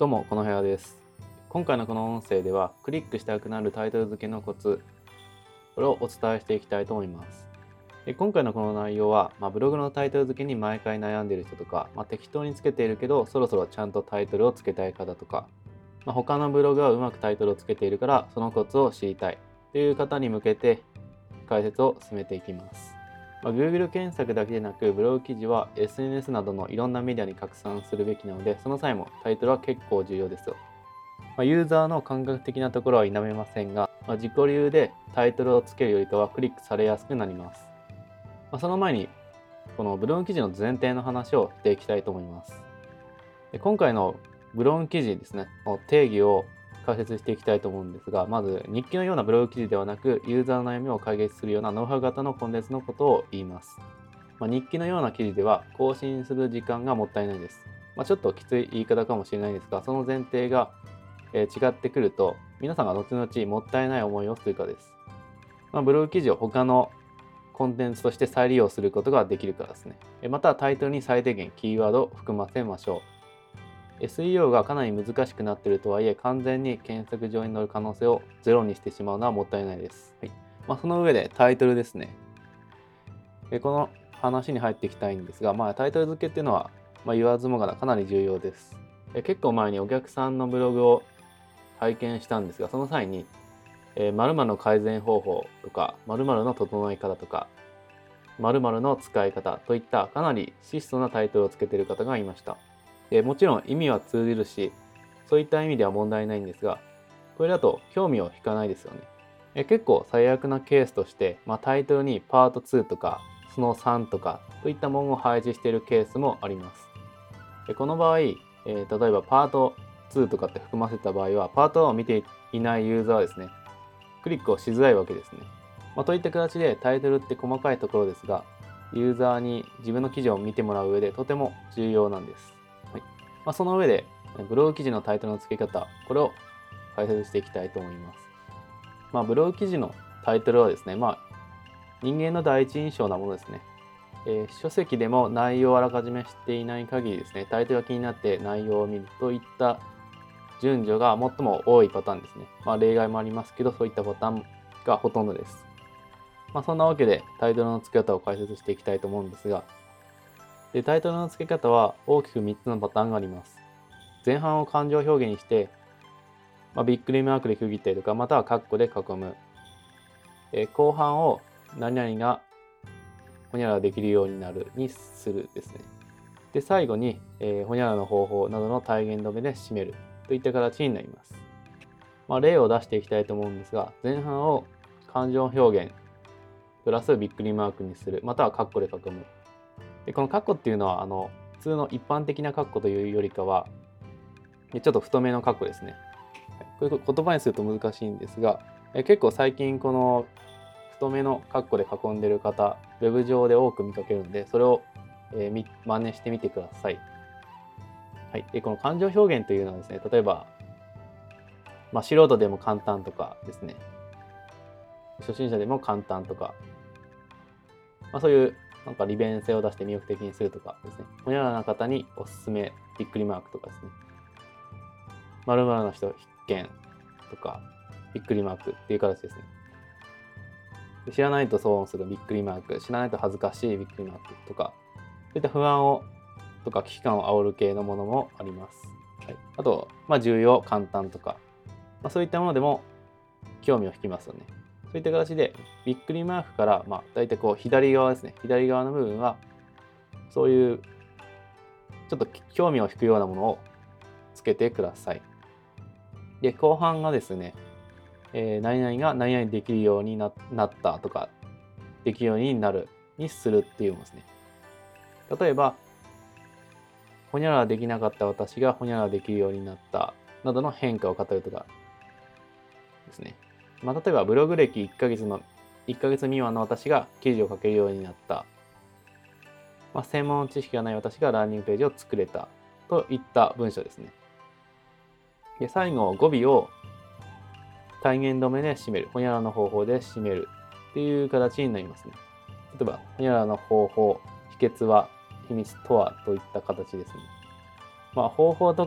どうも、この部屋です。今回のこの音声では、クリックしたくなるタイトル付けのコツ、これをお伝えしていきたいと思います。今回のこの内容は、ブログのタイトル付けに毎回悩んでいる人とか、適当につけているけど、そろそろちゃんとタイトルをつけたい方とか、他のブログはうまくタイトルをつけているから、そのコツを知りたいという方に向けて解説を進めていきます。Google 検索だけでなく、ブログ記事は SNS などのいろんなメディアに拡散するべきなので、その際もタイトルは結構重要ですよ。ユーザーの感覚的なところは否めませんが、自己流でタイトルをつけるよりかはクリックされやすくなります。その前に、このブログ記事の前提の話をしていきたいと思います。今回のブログ記事ですね、の定義を解説していきたいと思うんですが、まず日記のようなブログ記事ではなく、ユーザーの悩みを解決するようなノウハウ型のコンテンツのことを言います。日記のような記事では更新する時間がもったいないです。ちょっときつい言い方かもしれないですが、その前提が違ってくると、皆さんが後々もったいない思いをするからです。ブログ記事を他のコンテンツとして再利用することができるからですね。またタイトルに最低限キーワードを含ませましょう。SEO がかなり難しくなっているとはいえ、完全に検索上に載る可能性をゼロにしてしまうのはもったいないです。その上でタイトルですね。この話に入っていきたいんですが、タイトル付けっていうのは、言わずもがなかなり重要です。結構前にお客さんのブログを拝見したんですが、その際に、〇〇の改善方法とか、〇〇の整え方とか、〇〇の使い方といったかなり質素なタイトルをつけている方がいました。もちろん意味は通じるし、そういった意味では問題ないんですが、これだと興味を引かないですよね。結構最悪なケースとして、タイトルにパート2とか、その3とかといった文言を配置しているケースもあります。この場合、例えばパート2とかって含ませた場合は、パート1を見ていないユーザーはですね、クリックをしづらいわけですね。といった形でタイトルって細かいところですが、ユーザーに自分の記事を見てもらう上でとても重要なんです。その上で、ブログ記事のタイトルの付け方、これを解説していきたいと思います。ブログ記事のタイトルはですね、人間の第一印象なものですね。書籍でも内容をあらかじめ知っていない限りですね、タイトルが気になって内容を見るといった順序が最も多いパターンですね。例外もありますけど、そういったパターンがほとんどです。そんなわけでタイトルの付け方を解説していきたいと思うんですが、タイトルの付け方は大きく3つのパターンがあります。前半を感情表現にして、びっくりマークで区切ったりとか、またはカッコで囲む。後半を何々がほにゃららできるようになるにするですね。で、最後に、ほにゃららの方法などの体現止めで締めるといった形になります。例を出していきたいと思うんですが、前半を感情表現プラスびっくりマークにする、またはカッコで囲む。で、このカッコっていうのは普通の一般的なカッコというよりかは、ちょっと太めのカッコですね。これ言葉にすると難しいんですが、結構最近この太めのカッコで囲んでる方、ウェブ上で多く見かけるので、それを、真似してみてください。で、この感情表現というのはですね、例えば、素人でも簡単とかですね、初心者でも簡単とか、そういうなんか利便性を出して魅力的にするとかですね、ほにゃららな方におすすめ、びっくりマークとかですね、〇〇の人必見とか、びっくりマークっていう形ですね。知らないと損をするびっくりマーク、知らないと恥ずかしいびっくりマークとか、そういった不安をとか危機感を煽る系のものもあります。あと、重要、簡単とか、そういったものでも興味を引きますよね。そういった形で、びっくりマークから、だいたいこう左側ですね。左側の部分は、そういうちょっと興味を引くようなものをつけてください。で、後半がですね、何々が何々できるようになったとか、できるようになるにするっていうものですね。例えば、ほにゃららできなかった私がほにゃららできるようになったなどの変化を語るとかですね。例えばブログ歴1ヶ月未満の私が記事を書けるようになった。専門知識がない私がランニングページを作れたといった文章ですね。で、最後語尾を体言止めで締める。ほにゃららの方法で締めるっていう形になりますね。例えば、ほにゃららの方法、秘訣は、秘密とはといった形ですね。方法とか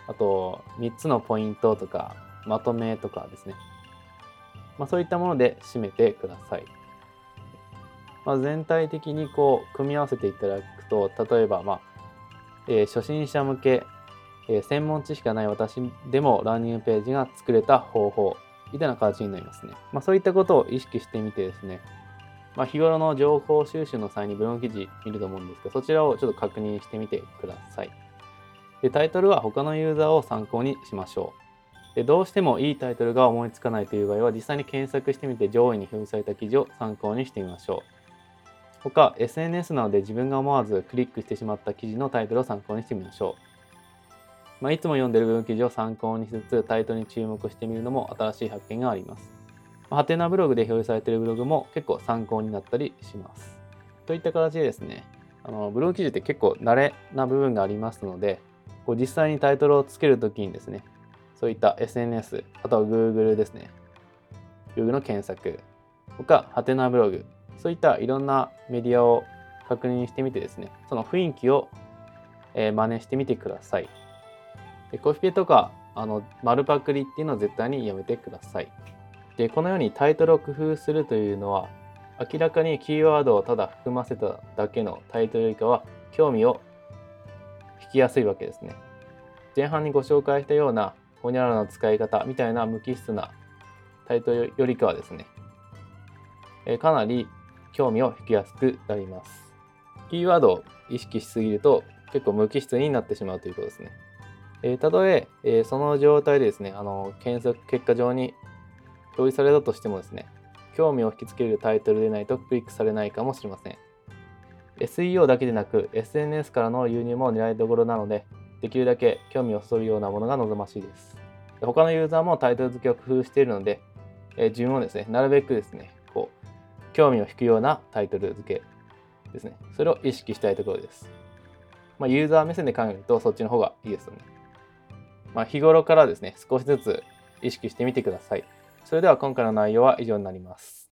あと3つのポイントとかまとめとかですね、そういったもので締めてください。全体的に組み合わせていただくと、例えば、初心者向け、専門知識がない私でもランニングページが作れた方法みたいな形になりますね。そういったことを意識してみてですね、日頃の情報収集の際にブログ記事見ると思うんですけど、そちらをちょっと確認してみてください。で、タイトルは他のユーザーを参考にしましょう。で、どうしてもいいタイトルが思いつかないという場合は、実際に検索してみて上位に表示された記事を参考にしてみましょう。他、SNS などで自分が思わずクリックしてしまった記事のタイトルを参考にしてみましょう。いつも読んでいるブログ記事を参考にしつつ、タイトルに注目してみるのも新しい発見があります。ハテナブログで表示されているブログも結構参考になったりします。といった形でですね、ブログ記事って結構慣れな部分がありますので、実際にタイトルをつけるときにですね、そういった SNS、あとは Google ですね、Google の検索、他、ハテナブログ、そういったいろんなメディアを確認してみてですね、その雰囲気を真似してみてください。コピペとか丸パクリっていうのは絶対にやめてください。で、このようにタイトルを工夫するというのは、明らかにキーワードをただ含ませただけのタイトルよりかは興味を引きやすいわけですね。前半にご紹介したようなホニャララの使い方みたいな無機質なタイトルよりかはですね、かなり興味を引きやすくなります。キーワードを意識しすぎると結構無機質になってしまうということですね。たとえその状態でですね、検索結果上に表示されたとしてもですね、興味を引きつけるタイトルでないとクリックされないかもしれません。SEO だけでなく SNS からの輸入も狙いどころなので、できるだけ興味をそそるようなものが望ましいです。他のユーザーもタイトル付けを工夫しているので、自分もですね、なるべくですね、興味を引くようなタイトル付けですね、それを意識したいところです。ユーザー目線で考えるとそっちの方がいいですよね。日頃からですね、少しずつ意識してみてください。それでは今回の内容は以上になります。